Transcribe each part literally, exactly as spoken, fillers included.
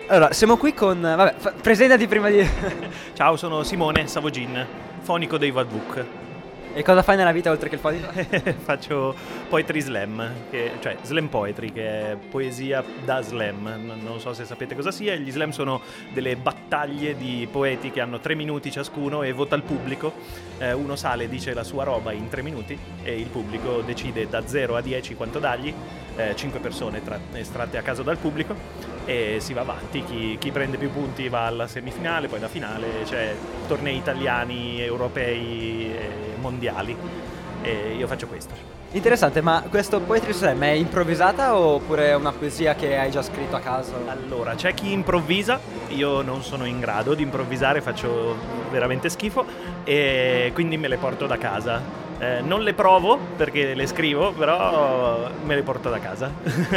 Allora, siamo qui con... Vabbè, fa- presentati prima di... Ciao, sono Simone Savogin, fonico dei Vadbook. E cosa fai nella vita oltre che il fonico? Faccio poetry slam, che, cioè slam poetry, che è poesia da slam. Non, non so se sapete cosa sia. Gli slam sono delle battaglie di poeti che hanno tre minuti ciascuno e vota il pubblico. Eh, uno sale, dice la sua roba in tre minuti e il pubblico decide da zero a dieci quanto dargli. Eh, cinque persone tra- estratte a caso dal pubblico e si va avanti. Chi, chi prende più punti va alla semifinale, poi la finale, cioè tornei italiani, europei e mondiali, e io faccio questo. Interessante, ma questo Poetry Slam è improvvisata oppure è una poesia che hai già scritto a caso? Allora, c'è chi improvvisa, io non sono in grado di improvvisare, faccio veramente schifo e quindi me le porto da casa. Eh, non le provo perché le scrivo, però me le porto da casa.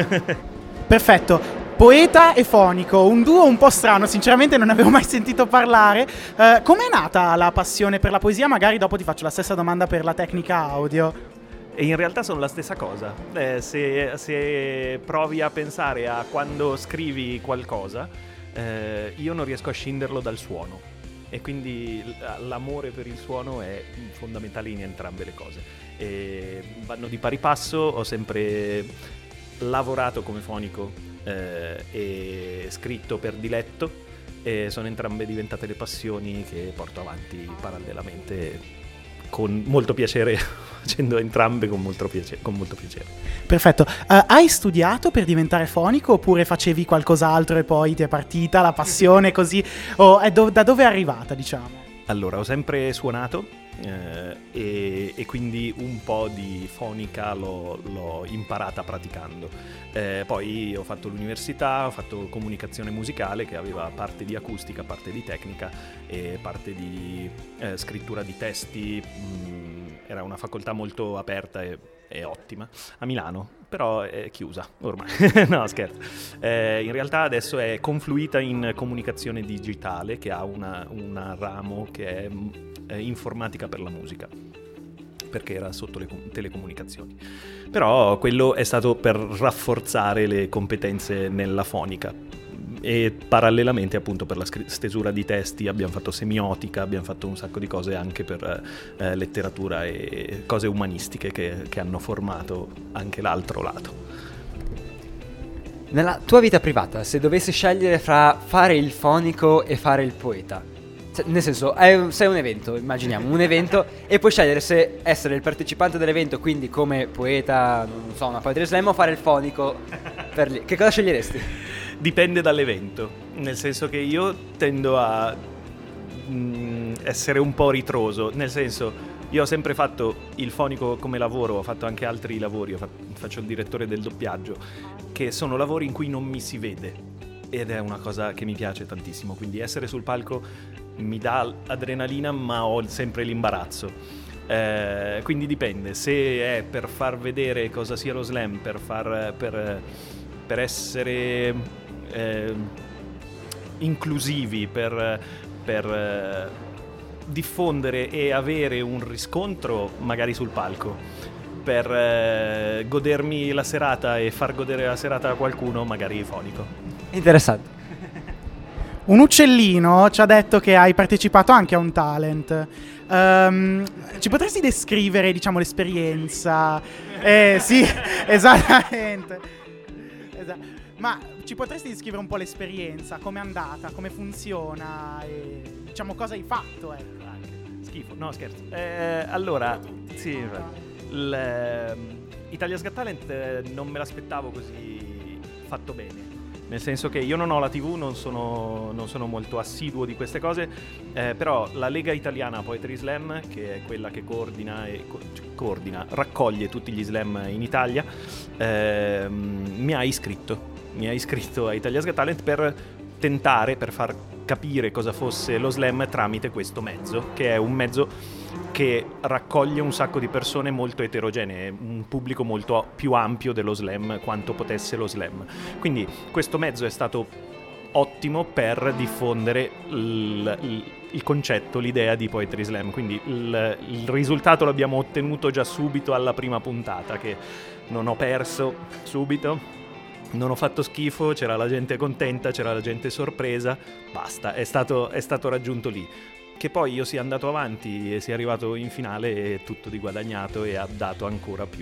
Perfetto. Poeta e fonico, un duo un po' strano, sinceramente non ne avevo mai sentito parlare. Eh, com'è nata la passione per la poesia? Magari dopo ti faccio la stessa domanda per la tecnica audio. E in realtà sono la stessa cosa. Eh, se, se provi a pensare a quando scrivi qualcosa, eh, io non riesco a scinderlo dal suono. E quindi l'amore per il suono è fondamentale in entrambe le cose. E vanno di pari passo, ho sempre lavorato come fonico eh, e scritto per diletto, e sono entrambe diventate le passioni che porto avanti parallelamente con molto piacere, facendo entrambe con molto piacere. Con molto piacere. Perfetto. Uh, hai studiato per diventare fonico oppure facevi qualcos'altro e poi ti è partita la passione così? O è do- da dove è arrivata, diciamo? Allora, ho sempre suonato eh, e, e quindi un po' di fonica l'ho, l'ho imparata praticando. Eh, poi ho fatto l'università, ho fatto comunicazione musicale, che aveva parte di acustica, parte di tecnica e parte di eh, scrittura di testi. Mm, era una facoltà molto aperta e, e ottima a Milano, però è chiusa ormai. No, scherzo. Eh, in realtà adesso è confluita in comunicazione digitale, che ha una, una ramo che è, è informatica per la musica, perché era sotto le com- telecomunicazioni. Però quello è stato per rafforzare le competenze nella fonica. E parallelamente appunto per la scr- stesura di testi abbiamo fatto semiotica, abbiamo fatto un sacco di cose anche per eh, letteratura e cose umanistiche che, che hanno formato anche l'altro lato. Nella tua vita privata, se dovessi scegliere fra fare il fonico e fare il poeta, cioè, nel senso, è, sei un evento, immaginiamo, un evento, e puoi scegliere se essere il partecipante dell'evento, quindi come poeta, non so, una poetry slam, o fare il fonico per lì. Che cosa sceglieresti? Dipende dall'evento, nel senso che io tendo a mh, essere un po' ritroso, nel senso, io ho sempre fatto il fonico come lavoro, ho fatto anche altri lavori, ho fatto, faccio il direttore del doppiaggio, che sono lavori in cui non mi si vede, ed è una cosa che mi piace tantissimo, quindi essere sul palco mi dà adrenalina, ma ho sempre l'imbarazzo. Eh, quindi dipende, se è per far vedere cosa sia lo slam, per, far, per, per essere eh, inclusivi, per, per eh, diffondere e avere un riscontro magari sul palco, per eh, godermi la serata e far godere la serata a qualcuno, magari fonico. Interessante. Un uccellino ci ha detto che hai partecipato anche a un talent. Um, ci potresti descrivere, diciamo, l'esperienza? Eh sì, esattamente. Esatto. Ma ci potresti descrivere un po' l'esperienza, com'è andata, come funziona e diciamo cosa hai fatto, ecco. Schifo, no scherzo. Eh, allora, sì, l'Italia's Got Talent eh, non me l'aspettavo così fatto bene. Nel senso che io non ho la tivù, non sono, non sono molto assiduo di queste cose, eh, però la Lega Italiana Poetry Slam, che è quella che coordina, e co- coordina raccoglie tutti gli slam in Italia, eh, mi ha iscritto. Mi ha iscritto a Italia's Got Talent per tentare, per far capire cosa fosse lo slam tramite questo mezzo, che è un mezzo che raccoglie un sacco di persone molto eterogenee, un pubblico molto più ampio dello slam quanto potesse lo slam. Quindi questo mezzo è stato ottimo per diffondere il, il, il concetto, l'idea di Poetry Slam. Quindi il, il risultato l'abbiamo ottenuto già subito alla prima puntata, che non ho perso subito. non ho fatto schifo, c'era la gente contenta, c'era la gente sorpresa, basta, è stato, è stato raggiunto lì. Che poi io sia andato avanti e sia arrivato in finale è tutto di guadagnato e ha dato ancora più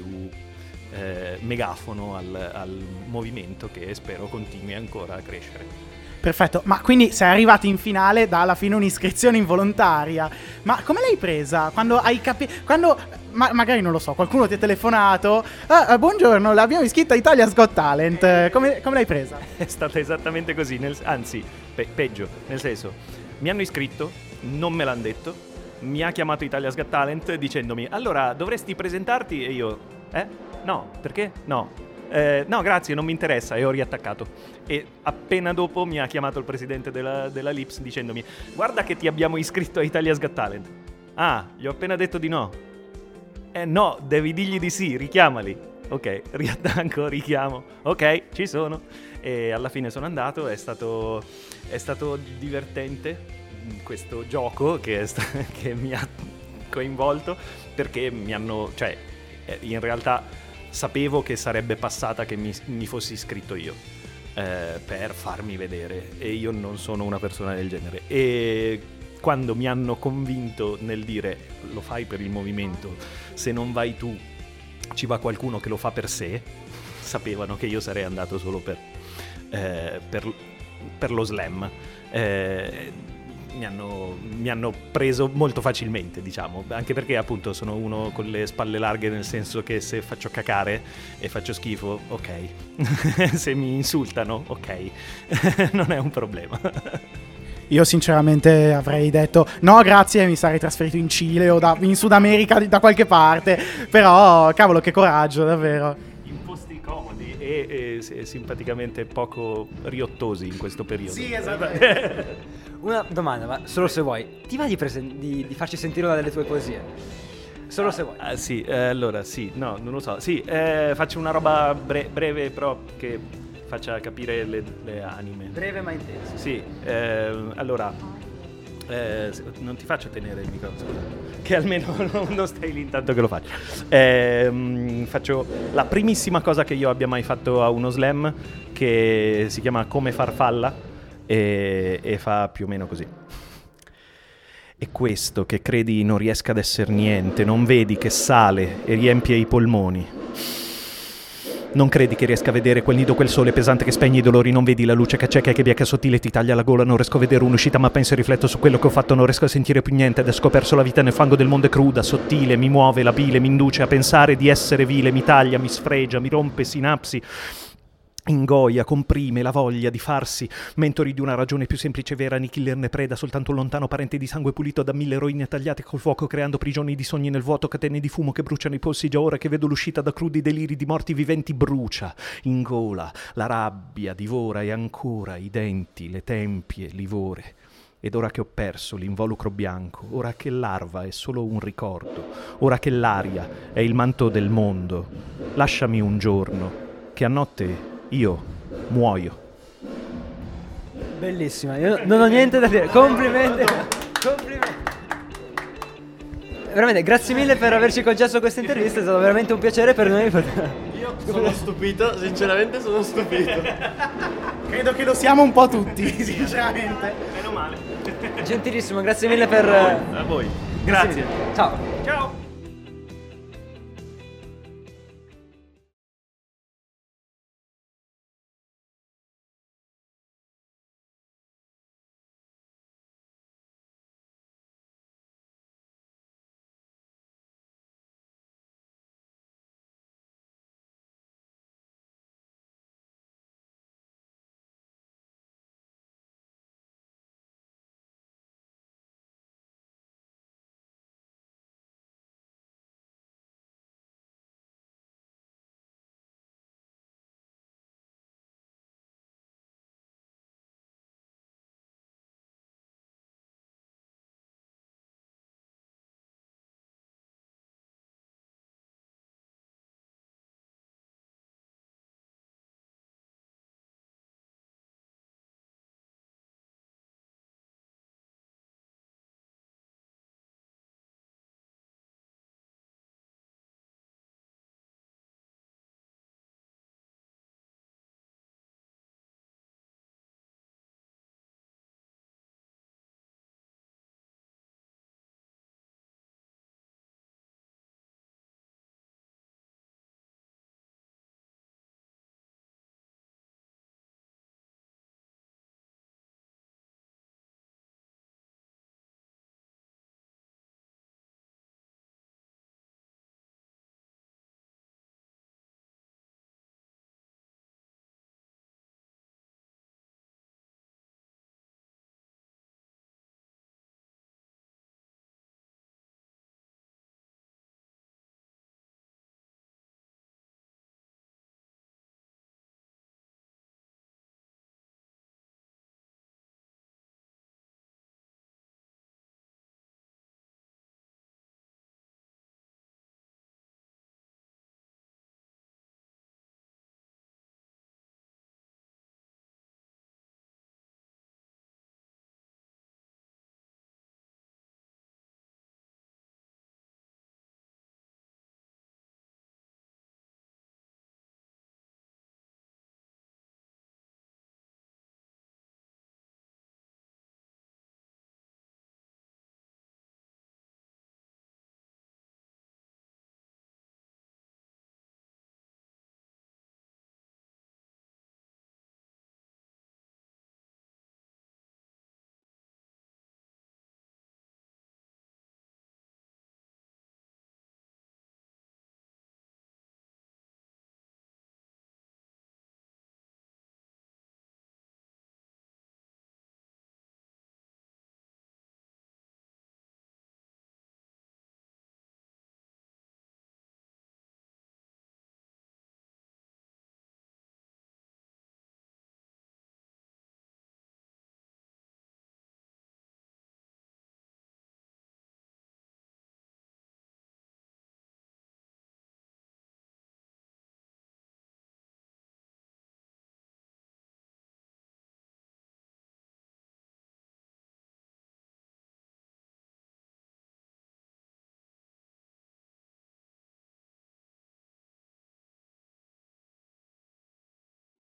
eh, megafono al, al movimento, che spero continui ancora a crescere. Perfetto, ma quindi sei arrivato in finale da alla fine un'iscrizione involontaria. Ma come l'hai presa? Quando hai capito... Quando... Ma- magari non lo so, qualcuno ti ha telefonato. Ah, ah, buongiorno, l'abbiamo iscritta a Italia's Got Talent. Come, come l'hai presa? È stata esattamente così, nel, anzi, pe- peggio, nel senso, mi hanno iscritto, non me l'hanno detto, mi ha chiamato Italia's Got Talent dicendomi: allora, dovresti presentarti? E io, eh? No, perché? No. Eh, no, grazie, non mi interessa, e ho riattaccato. E appena dopo mi ha chiamato il presidente della, della Lips dicendomi: guarda che ti abbiamo iscritto a Italia's Got Talent. Ah, gli ho appena detto di no. Eh no, devi dirgli di sì, richiamali. Ok, riattacco, richiamo. Ok, ci sono. E alla fine sono andato, è stato, è stato divertente questo gioco che, è sta- che mi ha coinvolto, perché mi hanno, cioè, in realtà sapevo che sarebbe passata che mi, mi fossi iscritto io eh, per farmi vedere, e io non sono una persona del genere. E quando mi hanno convinto nel dire: lo fai per il movimento, se non vai tu ci va qualcuno che lo fa per sé, sapevano che io sarei andato solo per, eh, per, per lo slam. Eh, Mi hanno, mi hanno preso molto facilmente, diciamo, anche perché appunto sono uno con le spalle larghe, nel senso che se faccio cacare e faccio schifo, ok. Se mi insultano, ok. Non è un problema. Io sinceramente avrei detto no grazie, mi sarei trasferito in Cile o da, in Sud America da qualche parte. Però cavolo, che coraggio, davvero. In posti comodi e, e, e simpaticamente poco riottosi in questo periodo. Sì, esatto. Una domanda, ma solo se vuoi, ti va di, presen- di, di farci sentire una delle tue poesie? Solo ah, se vuoi. Ah, sì, eh, allora sì, no, non lo so. Sì, eh, faccio una roba bre- breve però che faccia capire le, le anime. Breve ma intenso. Sì, eh, allora, eh, non ti faccio tenere il microfono, scusa, che almeno non stai lì intanto che lo faccio. Eh, faccio la primissima cosa che io abbia mai fatto a uno slam, che si chiama Come farfalla. E, e fa più o meno così. E questo che credi non riesca ad essere niente, non vedi che sale e riempie i polmoni. Non credi che riesca a vedere quel nido, quel sole pesante che spegne i dolori, non vedi la luce che cieca e che bieca sottile ti taglia la gola, non riesco a vedere un'uscita ma penso e rifletto su quello che ho fatto, non riesco a sentire più niente ed ho scoperto la vita nel fango del mondo è cruda, sottile, mi muove la bile, mi induce a pensare di essere vile, mi taglia, mi sfregia, mi rompe sinapsi, ingoia, comprime la voglia di farsi mentori di una ragione più semplice e vera, ne preda soltanto un lontano parente di sangue pulito da mille eroine tagliate col fuoco, creando prigioni di sogni nel vuoto, catene di fumo che bruciano i polsi. Già ora che vedo l'uscita da crudi deliri di morti viventi brucia in gola, la rabbia divora e ancora i denti, le tempie, livore. Ed ora che ho perso l'involucro bianco, ora che l'arva è solo un ricordo, ora che l'aria è il manto del mondo, lasciami un giorno che a notte io muoio. Bellissima, io non ho niente da dire. Complimenti. Complimenti. Veramente, grazie mille per averci concesso questa intervista, è stato veramente un piacere per noi. Io sono stupito, sinceramente sono stupito. Credo che lo siamo un po' tutti, sinceramente. Meno male. Gentilissimo, grazie mille per... A voi. Grazie. Ciao.